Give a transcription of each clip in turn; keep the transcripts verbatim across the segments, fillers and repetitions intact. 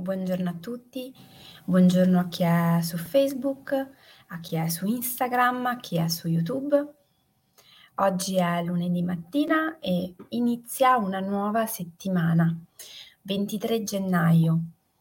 Buongiorno a tutti, buongiorno a chi è su Facebook, a chi è su Instagram, a chi è su YouTube. Oggi è lunedì mattina e inizia una nuova settimana, ventitré gennaio.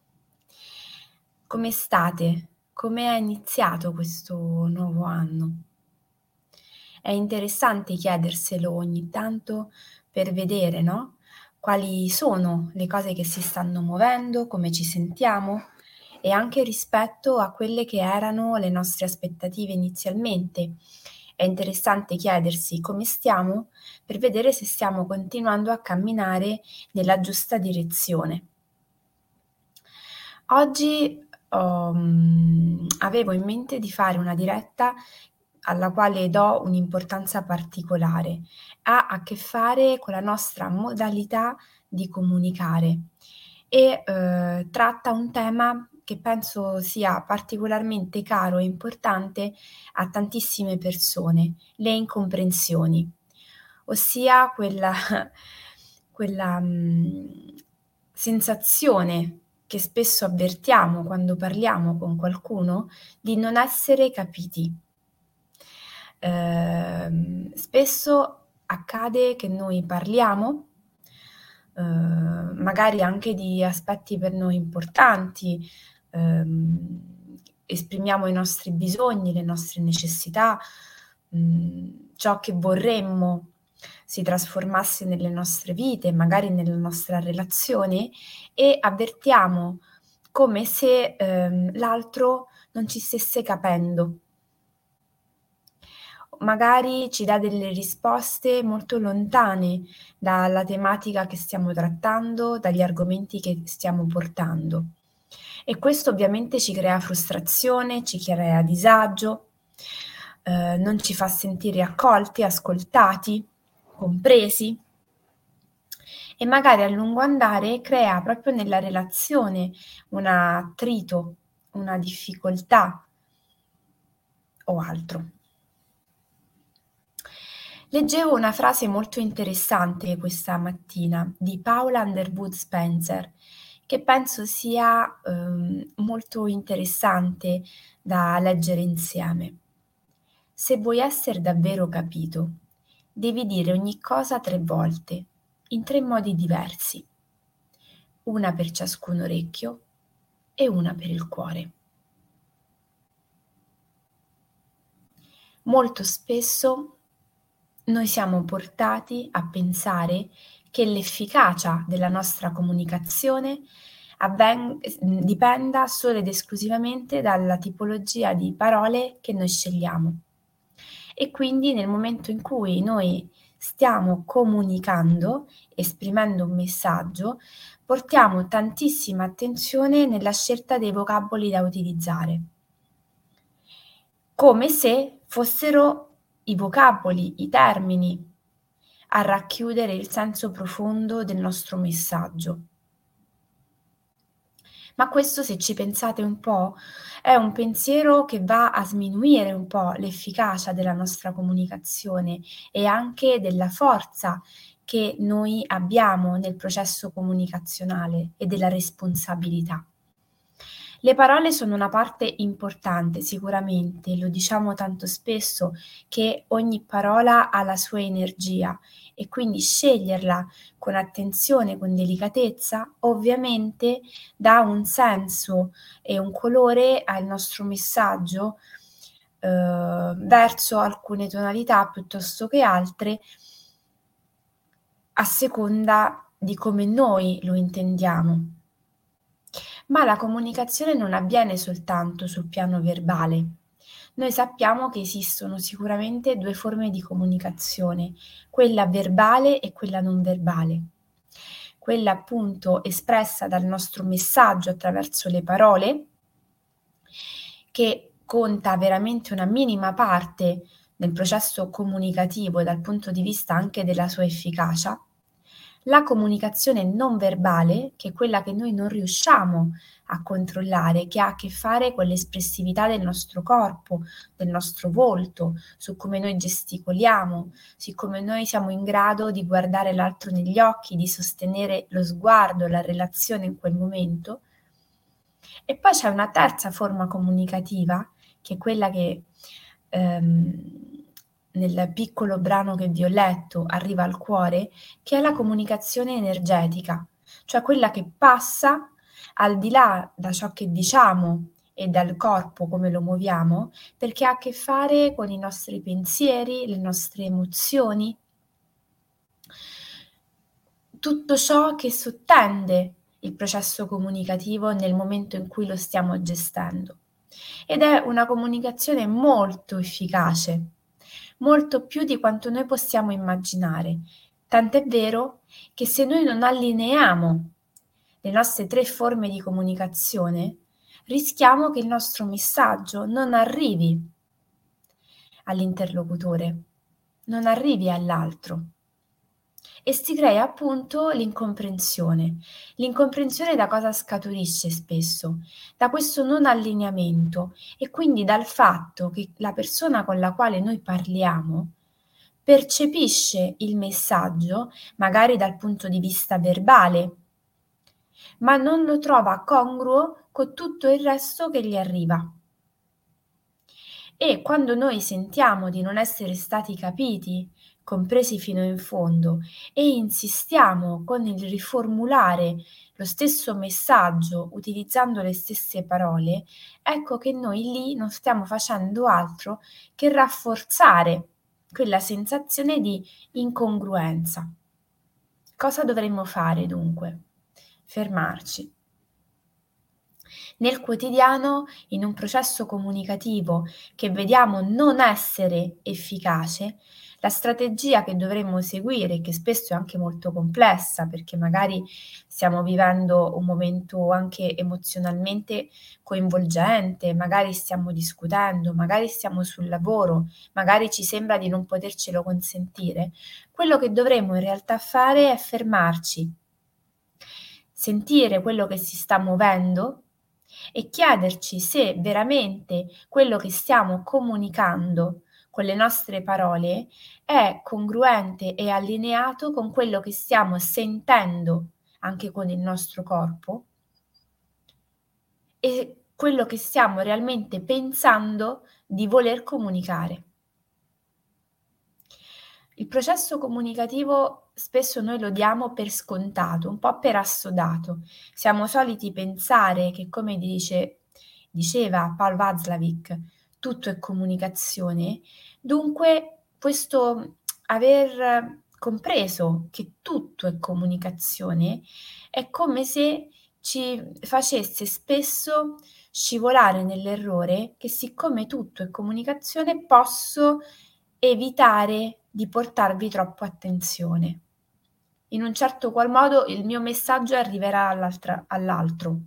Come state? Come è iniziato questo nuovo anno? È interessante chiederselo ogni tanto per vedere, no, quali sono le cose che si stanno muovendo, come ci sentiamo e anche rispetto a quelle che erano le nostre aspettative inizialmente. È interessante chiedersi come stiamo per vedere se stiamo continuando a camminare nella giusta direzione. Oggi ho mhmm, avevo in mente di fare una diretta alla quale do un'importanza particolare. Ha a che fare con la nostra modalità di comunicare e, uhm, tratta un tema che penso sia particolarmente caro e importante a tantissime persone: le incomprensioni, ossia quella quella, mhmm, sensazione che spesso avvertiamo quando parliamo con qualcuno di non essere capiti. Ehm, spesso accade che noi parliamo, uhm, magari anche di aspetti per noi importanti, ehm, esprimiamo i nostri bisogni, le nostre necessità, mhmm, ciò che vorremmo si trasformasse nelle nostre vite, magari nella nostra relazione e avvertiamo come se, ehm, l'altro non ci stesse capendo. Magari ci dà delle risposte molto lontane dalla tematica che stiamo trattando, dagli argomenti che stiamo portando. E questo ovviamente ci crea frustrazione, ci crea disagio, ehm, non ci fa sentire accolti, ascoltati, compresi e magari a lungo andare crea proprio nella relazione un attrito, una difficoltà o altro. Leggevo una frase molto interessante questa mattina di Paula Underwood Spencer, che penso sia, uhm, molto interessante da leggere insieme. Se vuoi esser davvero capito, devi dire ogni cosa tre volte, in tre modi diversi, una per ciascun orecchio e una per il cuore. Molto spesso noi siamo portati a pensare che l'efficacia della nostra comunicazione avven s mhmm, dipenda solo ed esclusivamente dalla tipologia di parole che noi scegliamo. E quindi nel momento in cui noi stiamo comunicando, esprimendo un messaggio, portiamo tantissima attenzione nella scelta dei vocaboli da utilizzare. Come se fossero i vocaboli, i termini a racchiudere il senso profondo del nostro messaggio. Ma questo, se ci pensate un po', è un pensiero che va a sminuire un po' l'efficacia della nostra comunicazione e anche della forza che noi abbiamo nel processo comunicazionale e della responsabilità. Le parole sono una parte importante sicuramente, lo diciamo tanto spesso che ogni parola ha la sua energia e quindi sceglierla con attenzione, con delicatezza, ovviamente dà un senso e un colore al nostro messaggio, uhm, verso alcune tonalità piuttosto che altre, a seconda di come noi lo intendiamo. Ma la comunicazione non avviene soltanto sul piano verbale. Noi sappiamo che esistono sicuramente due forme di comunicazione, quella verbale e quella non verbale. Quella appunto espressa dal nostro messaggio attraverso le parole, che conta veramente una minima parte nel processo comunicativo dal punto di vista anche della sua efficacia. La comunicazione non verbale, che è quella che noi non riusciamo a controllare, che ha a che fare con l'espressività del nostro corpo, del nostro volto, su come noi gesticoliamo, su come noi siamo in grado di guardare l'altro negli occhi, di sostenere lo sguardo, la relazione in quel momento. E poi c'è una terza forma comunicativa, che è quella che, ehm, nel piccolo brano che vi ho letto, "Arriva al cuore", che è la comunicazione energetica, cioè quella che passa al di là da ciò che diciamo e dal corpo come lo muoviamo, perché ha a che fare con i nostri pensieri, le nostre emozioni, tutto ciò che sottende il processo comunicativo nel momento in cui lo stiamo gestendo. Ed è una comunicazione molto efficace, molto più di quanto noi possiamo immaginare. Tant'è vero che se noi non allineiamo le nostre tre forme di comunicazione, rischiamo che il nostro messaggio non arrivi all'interlocutore, non arrivi all'altro. E si crea appunto l'incomprensione. L'incomprensione da cosa scaturisce spesso? Da questo non allineamento e quindi dal fatto che la persona con la quale noi parliamo percepisce il messaggio, magari dal punto di vista verbale, ma non lo trova congruo con tutto il resto che gli arriva. E quando noi sentiamo di non essere stati capiti, compresi fino in fondo, e insistiamo con il riformulare lo stesso messaggio utilizzando le stesse parole, ecco che noi lì non stiamo facendo altro che rafforzare quella sensazione di incongruenza. Cosa dovremmo fare dunque? Fermarci. Nel quotidiano, in un processo comunicativo che vediamo non essere efficace, la strategia che dovremmo seguire, che spesso è anche molto complessa, perché magari stiamo vivendo un momento anche emozionalmente coinvolgente, magari stiamo discutendo, magari stiamo sul lavoro, magari ci sembra di non potercelo consentire, quello che dovremmo in realtà fare è fermarci, sentire quello che si sta muovendo e chiederci se veramente quello che stiamo comunicando con le nostre parole è congruente e allineato con quello che stiamo sentendo anche con il nostro corpo e quello che stiamo realmente pensando di voler comunicare. Il processo comunicativo spesso noi lo diamo per scontato, un po' per assodato. Siamo soliti pensare che, come dice diceva Paul Watzlawick, tutto è comunicazione, dunque questo aver compreso che tutto è comunicazione è come se ci facesse spesso scivolare nell'errore che siccome tutto è comunicazione posso evitare di portarvi troppo attenzione. In un certo qual modo il mio messaggio arriverà all'altra all'altro.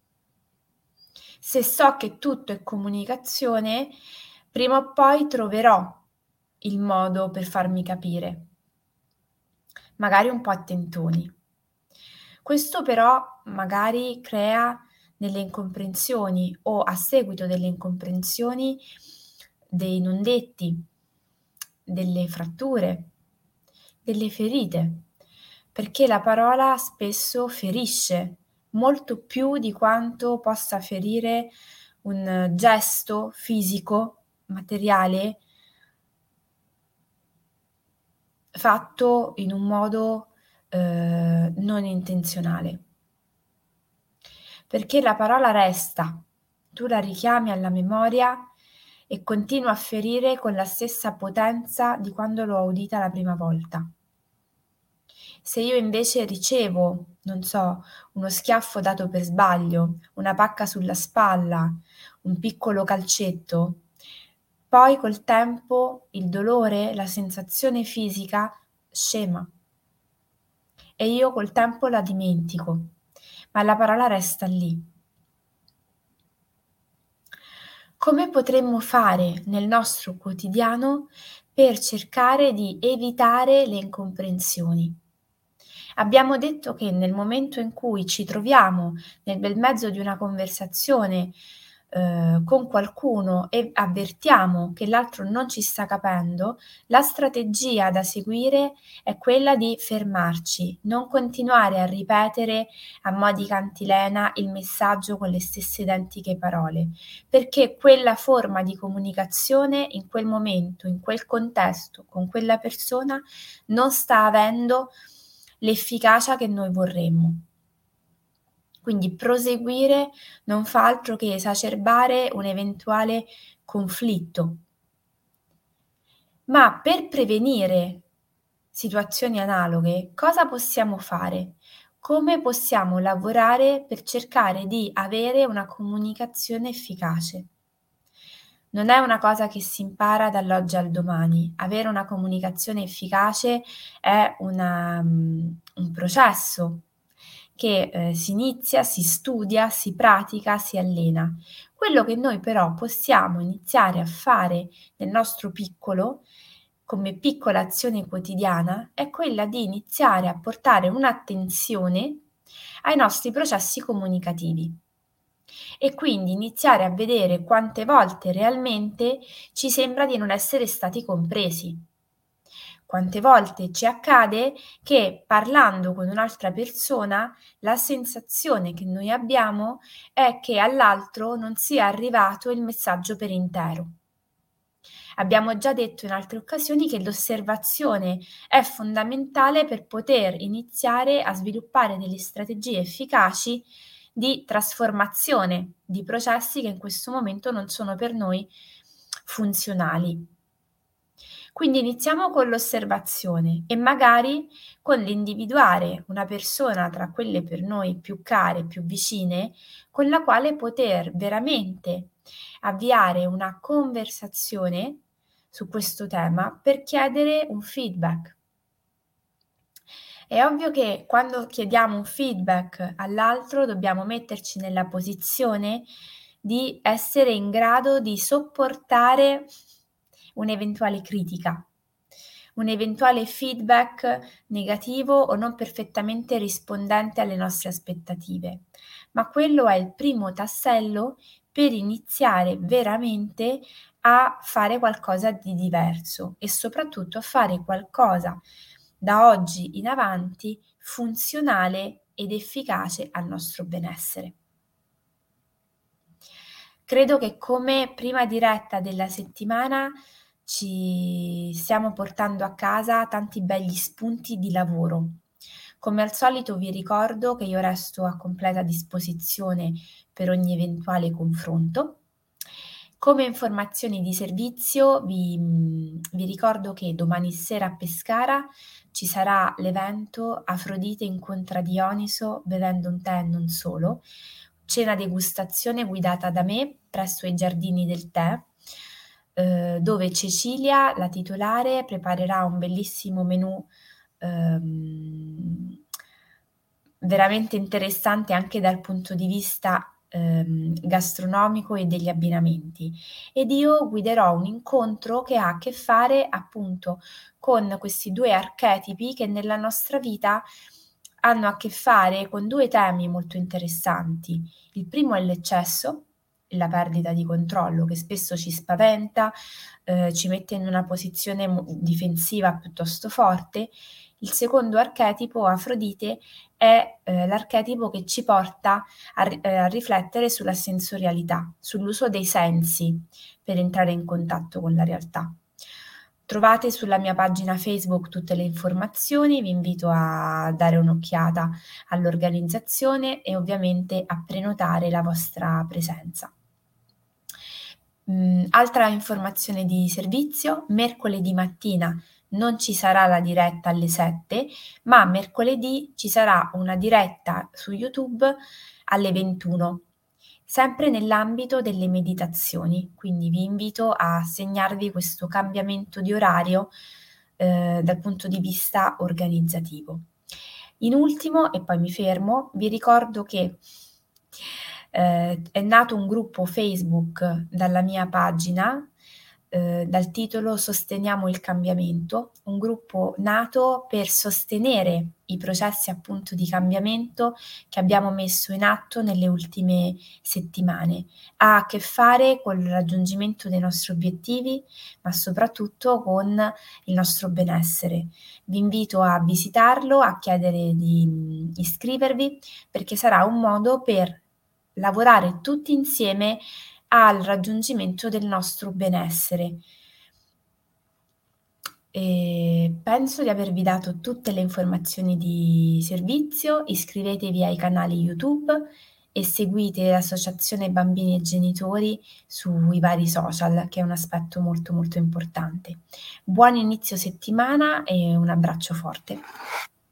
Se so che tutto è comunicazione, prima o poi troverò il modo per farmi capire, magari un po' a tentoni. Questo però magari crea delle incomprensioni o a seguito delle incomprensioni dei non detti, delle fratture, delle ferite, perché la parola spesso ferisce molto più di quanto possa ferire un gesto fisico, materiale, fatto in un modo, ehm, non intenzionale. Perché la parola resta, tu la richiami alla memoria e continua a ferire con la stessa potenza di quando l'ho udita la prima volta. Se io invece ricevo, non so, uno schiaffo dato per sbaglio, una pacca sulla spalla, un piccolo calcetto, poi col tempo il dolore, la sensazione fisica scema e io col tempo la dimentico, ma la parola resta lì. Come potremmo fare nel nostro quotidiano per cercare di evitare le incomprensioni? Abbiamo detto che nel momento in cui ci troviamo nel bel mezzo di una conversazione, uhm, con qualcuno e avvertiamo che l'altro non ci sta capendo, la strategia da seguire è quella di fermarci, non continuare a ripetere a mo' di cantilena il messaggio con le stesse identiche parole, perché quella forma di comunicazione in quel momento, in quel contesto, con quella persona non sta avendo l'efficacia che noi vorremmo. Quindi proseguire non fa altro che esacerbare un eventuale conflitto. Ma per prevenire situazioni analoghe, cosa possiamo fare? Come possiamo lavorare per cercare di avere una comunicazione efficace? Non è una cosa che si impara dall'oggi al domani. Avere una comunicazione efficace è una mhmm, un processo che, ehm, si inizia, si studia, si pratica, si allena. Quello che noi però possiamo iniziare a fare nel nostro piccolo, come piccola azione quotidiana, è quella di iniziare a portare un'attenzione ai nostri processi comunicativi e quindi iniziare a vedere quante volte realmente ci sembra di non essere stati compresi. Quante volte ci accade che parlando con un'altra persona, la sensazione che noi abbiamo è che all'altro non sia arrivato il messaggio per intero. Abbiamo già detto in altre occasioni che l'osservazione è fondamentale per poter iniziare a sviluppare delle strategie efficaci di trasformazione di processi che in questo momento non sono per noi funzionali. Quindi iniziamo con l'osservazione e magari con l'individuare una persona tra quelle per noi più care, più vicine, con la quale poter veramente avviare una conversazione su questo tema per chiedere un feedback. È ovvio che quando chiediamo un feedback all'altro dobbiamo metterci nella posizione di essere in grado di sopportare un'eventuale critica, un eventuale feedback negativo o non perfettamente rispondente alle nostre aspettative. Ma quello è il primo tassello per iniziare veramente a fare qualcosa di diverso e soprattutto a fare qualcosa da oggi in avanti funzionale ed efficace al nostro benessere. Credo che come prima diretta della settimana ci stiamo portando a casa tanti begli spunti di lavoro. Come al solito vi ricordo che io resto a completa disposizione per ogni eventuale confronto. Come informazioni di servizio vi, mhmm, vi ricordo che domani sera a Pescara ci sarà l'evento Afrodite incontra Dioniso bevendo un tè e non solo, cena degustazione guidata da me presso i Giardini del Tè, uhm, dove Cecilia, la titolare, preparerà un bellissimo menù, uhm, veramente interessante anche dal punto di vista, uhm, gastronomico e degli abbinamenti. Ed io guiderò un incontro che ha a che fare appunto con questi due archetipi che nella nostra vita hanno a che fare con due temi molto interessanti. Il primo è l'eccesso, la perdita di controllo che spesso ci spaventa, uhm, ci mette in una posizione mo difensiva piuttosto forte. Il secondo archetipo, Afrodite, è, uhm, l'archetipo che ci porta a ri ehm, a riflettere sulla sensorialità, sull'uso dei sensi per entrare in contatto con la realtà. Trovate sulla mia pagina Facebook tutte le informazioni, vi invito a dare un'occhiata all'organizzazione e ovviamente a prenotare la vostra presenza. Mhmm, altra informazione di servizio: mercoledì mattina non ci sarà la diretta alle sette, ma mercoledì ci sarà una diretta su YouTube alle ventuno, sempre nell'ambito delle meditazioni. Quindi vi invito a segnarvi questo cambiamento di orario, uhm, dal punto di vista organizzativo. In ultimo, e poi mi fermo, vi ricordo che, ehm, è nato un gruppo Facebook dalla mia pagina, uhm, dal titolo "Sosteniamo il cambiamento", un gruppo nato per sostenere i processi appunto di cambiamento che abbiamo messo in atto nelle ultime settimane. Ha a che fare col raggiungimento dei nostri obiettivi, ma soprattutto con il nostro benessere. Vi invito a visitarlo, a chiedere di, mhmm, iscrivervi, perché sarà un modo per lavorare tutti insieme al raggiungimento del nostro benessere. Ehm, penso di avervi dato tutte le informazioni di servizio. Iscrivetevi ai canali YouTube e seguite l'Associazione Bambini e Genitori sui vari social, che è un aspetto molto, molto importante. Buon inizio settimana e un abbraccio forte.